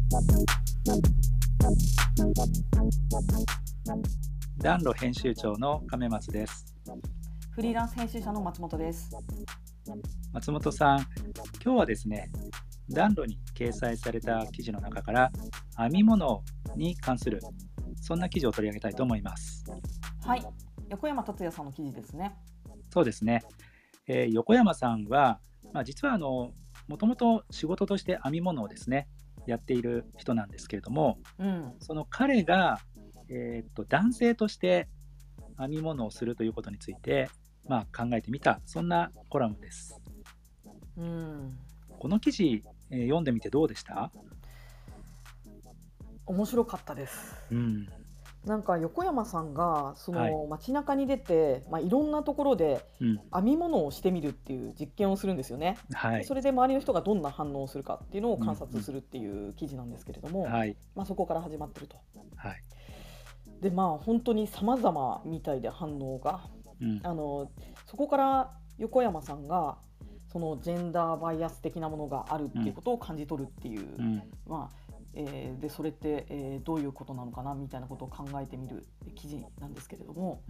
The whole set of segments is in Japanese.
暖炉編集長の亀松です。 フリーランス編集者の松本です。 松本さん、今日はですね、暖炉に掲載された記事の中から編み物に関するそんな記事を取り上げたいと思います。 はい、横山達也さんの記事ですね。 そうですね、横山さんは、実はもともと仕事として編み物をですねやっている人なんですけれども、その彼が、男性として編み物をするということについて、考えてみた、そんなコラムです。この記事、読んでみてどうでした？ 面白かったです。なんか横山さんがはい街中に出て、いろんなところで編み物をしてみるっていう実験をするんですよね。 はい、 でそれで周りの人がどんな反応をするかっていうのを観察するっていう記事なんですけれども、 はい、 そこから始まってると。 はい、 で本当に様々みたいで反応が、そこから横山さんがそのジェンダーバイアス的なものがあるっていうことを感じ取るっていう、でそれって、どういうことなのかなみたいなことを考えてみる記事なんですけれども、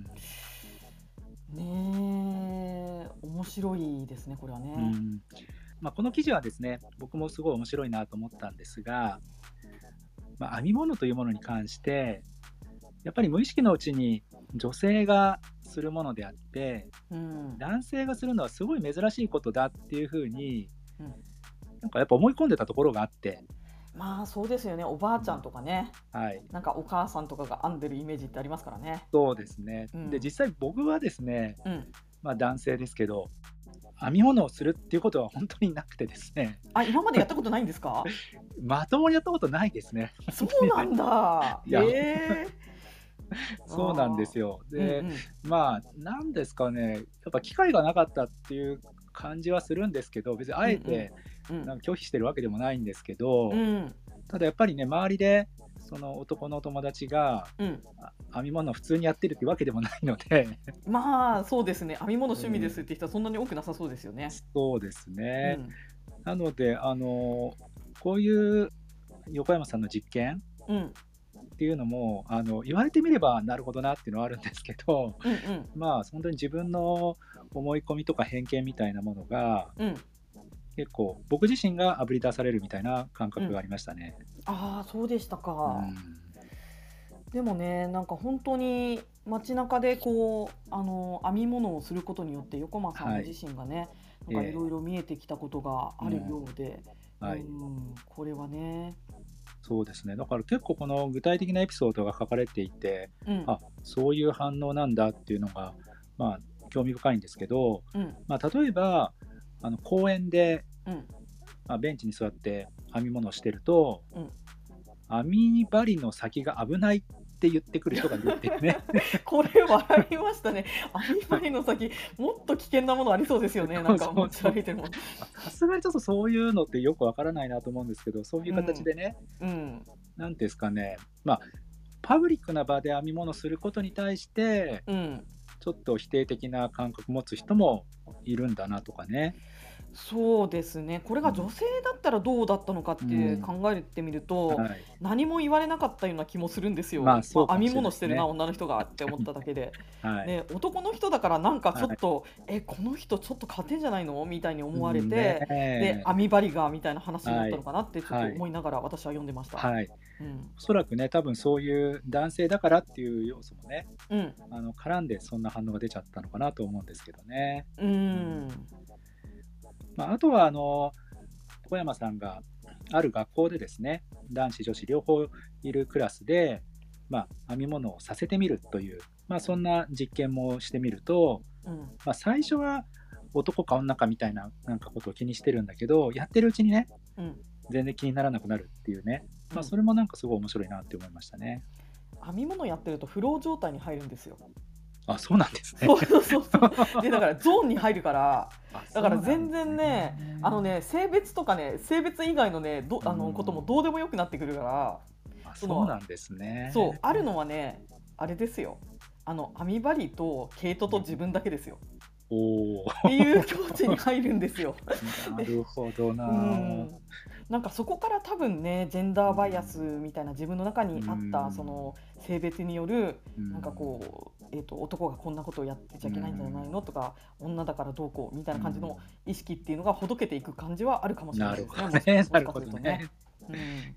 面白いですねこれはね。 この記事はですね、僕もすごい面白いなと思ったんですが、編み物というものに関してやっぱり無意識のうちに女性がするものであって、男性がするのはすごい珍しいことだっていうふうに、なんかやっぱ思い込んでたところがあって、 そうですよね。おばあちゃんとかね、 はい、 なんかお母さんとかが編んでるイメージってありますからね。 そうですね。で実際僕はですね、男性ですけど編み物をするっていうことは本当になくてですね。 今までやったことないんですか？ まともにやったことないですね。 そうなんだ。 いや、 へえ。 そうなんですよ。で、なんですかね、やっぱ機会がなかったっていう感じはするんですけど、別にあえてなんか拒否してるわけでもないんですけど、ただやっぱりね、周りでその男の友達が、編み物を普通にやってるってわけでもないのでそうですね。編み物趣味ですって人はそんなに多くなさそうですよね。 そうですね。なのでこういう横山さんの実験っていうのも言われてみればなるほどなっていうのはあるんですけど、本当に自分の思い込みとか偏見みたいなものが、結構僕自身があぶり出されるみたいな感覚がありましたね。 そうでしたか。でもね、なんか本当に街中で編み物をすることによって横間さん自身がね、なんかいろいろ見えてきたことがあるようで、これはね。 そうですね。だから結構この具体的なエピソードが書かれていて、そういう反応なんだっていうのが興味深いんですけど、例えば公園で、ベンチに座って編み物をしてると、編み針の先が危ないって言ってくる人がいるっていうね。 これ笑いましたね。編み針の先、もっと危険なものありそうですよね。なんか持ち歩いてるもの。 さすがにちょっとそういうのってよくわからないなと思うんですけど、そういう形でね、なんですかね、パブリックな場で編み物することに対して、ちょっと否定的な感覚持つ人もいるんだなとかね。 そうですね。これが女性だったらどうだったのかって考えてみると、何も言われなかったような気もするんですよ。編み物してるな、女の人がって思っただけで。男の人だからなんかちょっと、この人ちょっと勝てんじゃないのみたいに思われて、で、編み針がみたいな話になったのかなってちょっと思いながら私は読んでました。 おそらくね、多分そういう男性だからっていう要素もね、絡んでそんな反応が出ちゃったのかなと思うんですけどね。あとは小山さんがある学校でですね、男子女子両方いるクラスで、編み物をさせてみるという、そんな実験もしてみると、最初は男か女かみたいななんかことを気にしてるんだけど、やってるうちにね、全然気にならなくなるっていうね、それもなんかすごい面白いなって思いましたね。 編み物やってるとフロー状態に入るんですよ。 そうなんですね。 でだからゾーンに入るから、だから全然ね、性別とかね、性別以外のね、こともどうでもよくなってくるから。 そうなんですね。 あるのはね、あれですよ。編み針と毛糸と自分だけですよ。 おお。 っていう境地に入るんですよ。 なるほどうな。 ん。なんかそこから多分ね、ジェンダーバイアスみたいな自分の中うにあったそん。 の性別によるうなんかん。 こう、男がこんなことをやってちうゃいけないんじゃないのん。 とか、女だからどうこうみたいうん。 な感じの意識っていうのがほどけていく感じはあるかもしれなるほないですね。 どね。 もしかなるほするとね。 どね。 うん。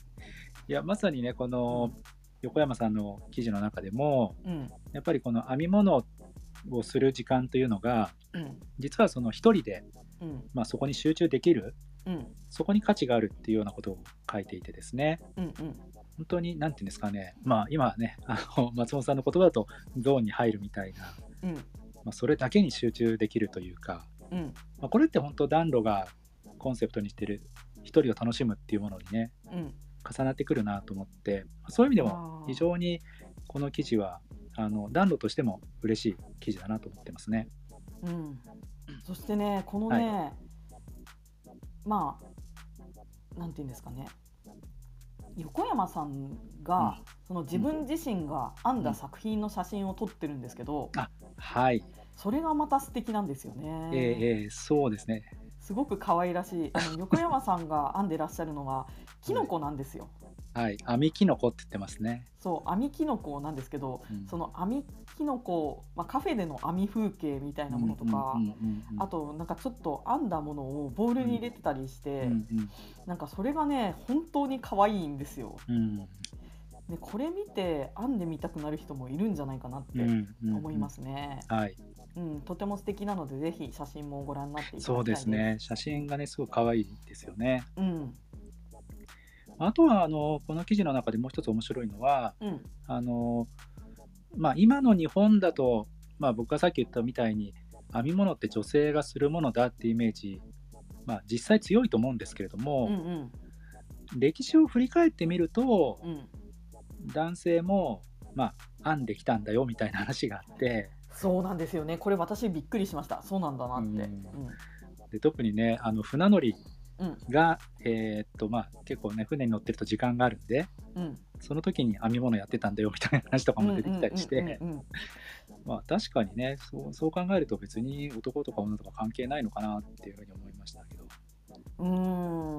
いや、まさにね、このうん。 横山さんの記事の中でも、 うん。 やっぱりこの編み物をする時間というのが、 うん。 実はその一人で、 うん。 そこに集中できる、 うん。 そこに価値があるっていうようなことを書いていてですね、 うん。うん。 本当に何て言うんですかね、今ね、松本さんの言葉だとゾーンに入るみたいな、 うん。 それだけに集中できるというか、 うん。 これって本当暖炉がコンセプトにしてる一人を楽しむっていうものにね、 うん。 重なってくるなと思って、そういう意味でも非ああ。 常にこの記事は暖炉としても嬉しい記事だなと思ってますね。 うん。そしてね、このはい。 ね、まなんていうんですかね、横山さんうん。 がその自うん。 分自身が編んうん。 だ作品の写真を撮ってるんですけど、 はい。 それがまた素敵なんですよね。 そうですね。 すごく可愛らしい。横山さんが編んでらっしゃるのはキはい。 ノコなんですよ。 はい。網キノコって言ってますね。 そう、編みキノコなんですけど、 うん。 その編みキノコ、カフェでの編み風景みたいなものうんうんうんとか、 うんあとなんかちょっと編んだものをボウルうん。 に入れてたりしうんうて、 んなんかそれがね、本当に可愛いんですよ。 うん。 で、これ見て編んでみたくなる人もいるんじゃないかなってうんうん思いまうん。 すね。 はい。 うん、とても素敵なので、ぜひ写真もご覧になっていただそうきたいです。 ですね。写真がね、すごく可愛いですよね。 うん、 あとはこの記事の中でもう一つ面白いのは、 うん、 あの、今の日本だと、僕がさっき言ったみたいに、編み物って女性がするものだっていうイメージ、実際強いと思うんですけれども、 うんうん、 歴史を振り返ってみると、 うん。 男性も、編んできたんだよみたいな話があって、 そうなんですよね。これ私びっくりしました。そうなんだなって。 うん、 うん、 で特にね、船乗りうん、 が、結構ね、船に乗ってると時間があるんで、 うん、 その時に編み物やってたんだよみたいな話とかうん、うん、 も出てきたりしうん、 て、 うん、 確かにね、そう考えると別に男とか女とか関係ないのかなっていうふうに思いましたけど。 うん。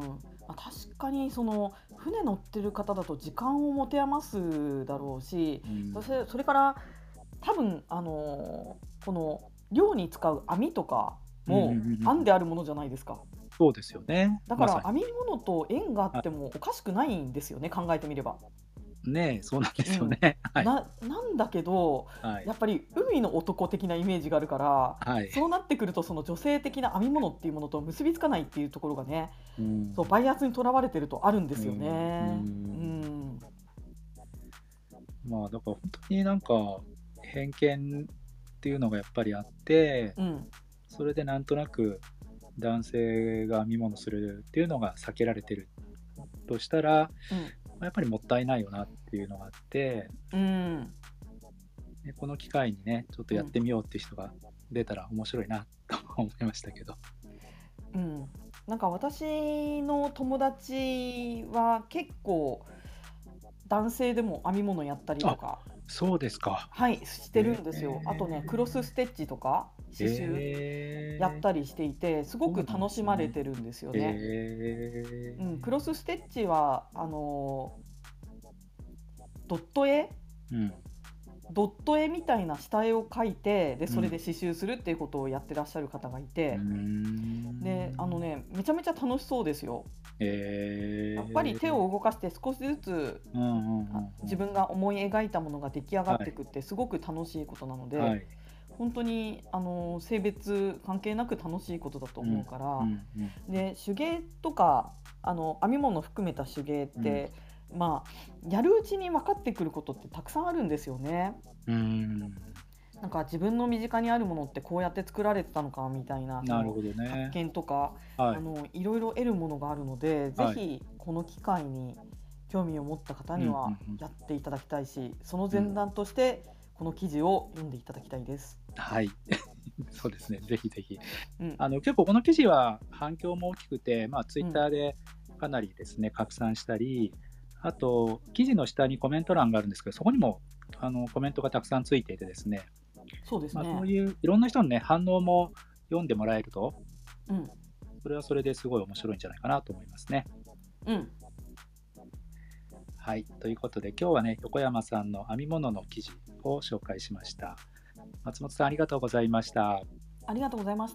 確かにその船乗ってる方だと時間を持て余すだろうし、 うん。 それから多分この漁に使う網とかうんうんうんうも編んん。 であるものじゃないですか。 そうですよね。 だかまさに。 ら編み物と縁があはってもおかしくないんですよね、考えてみれば。 ね、そうなんでうん。 すよね。はい。 なんだけど、 はい。 やっぱり海の男的なイメージがあるから、 はい。 そうなってくるとその女性的な編み物っていうものと結びつかないっていうところがね、 うん。 そう、バイアスにとらわれてるとあるんですようん。うね。うん。 ん。 だから本当になんか、偏見っていうのがやっぱりあって、 うん。 それでなんとなく男性が編み物するっていうのが避けられてるとしたら、 うん。 やっぱりもったいないよなっていうのがあって、 うん。 で、この機会にね、ちょっとうん。 やってみようっていう人が出たら面白いなと思いましたけど。 うん。なんか私の友達は結構男性でも編み物やったりとあ、 か、 そうですか。 はい、してるえんですよ。あとね、クロえ。 スステッチとか刺繍やっええ、 たりしていて、すごそうなんでく楽しまれすね。 てるんですよえね。うん、クロえ。 スステッチはドット絵うん。 ドット絵みたいな下絵を描いて、で、 うん。 それで刺繍するっていうことをやってらっしゃる方がいうーて、で、 ん。 めちゃめちゃ楽しそうですよ。やっぱり手ええ。 を動かして少しずつうんうんうんうん。 自分が思い描いたものが出来上がはい。 っていくってすごく楽しいことなので、 はい。 本当に性別関係なく楽しいことだとうん。 思うから、 うんうんで、手芸とか編み物含めた手芸っうん。 て、やるうちに分かってくることってたくさんあるんですよね。 うーん。 なんか自分の身近にあるものってこうやって作られてたのかみたいなそのなるほど発ね。 見とかはい。 いろいろ得るものがあるので、ぜはい。 ひこの機会に興味を持った方うんうんにはうん。 やっていただきたいし、そのうん。 前段としてこの記事を読んでいただきたいです。 はい。そうですね。ぜひぜひ。 うん、 結構この記事は反響も大きくて、ツイッうん、 ターでかなりですね、拡散したり、あと、記事の下にコメント欄があるんですけど、そこにもコメントがたくさんついていてですね、 そうですこういういろんな人のね、反応も読んでもらえると、 うん。 それはそれですごい面白いんじゃないかなと思いますね。 うん。 はい。ということで、今日はね、横山さんの編み物の記事を紹介しました。松本さん、ありがとうございました。 ありがとうございました。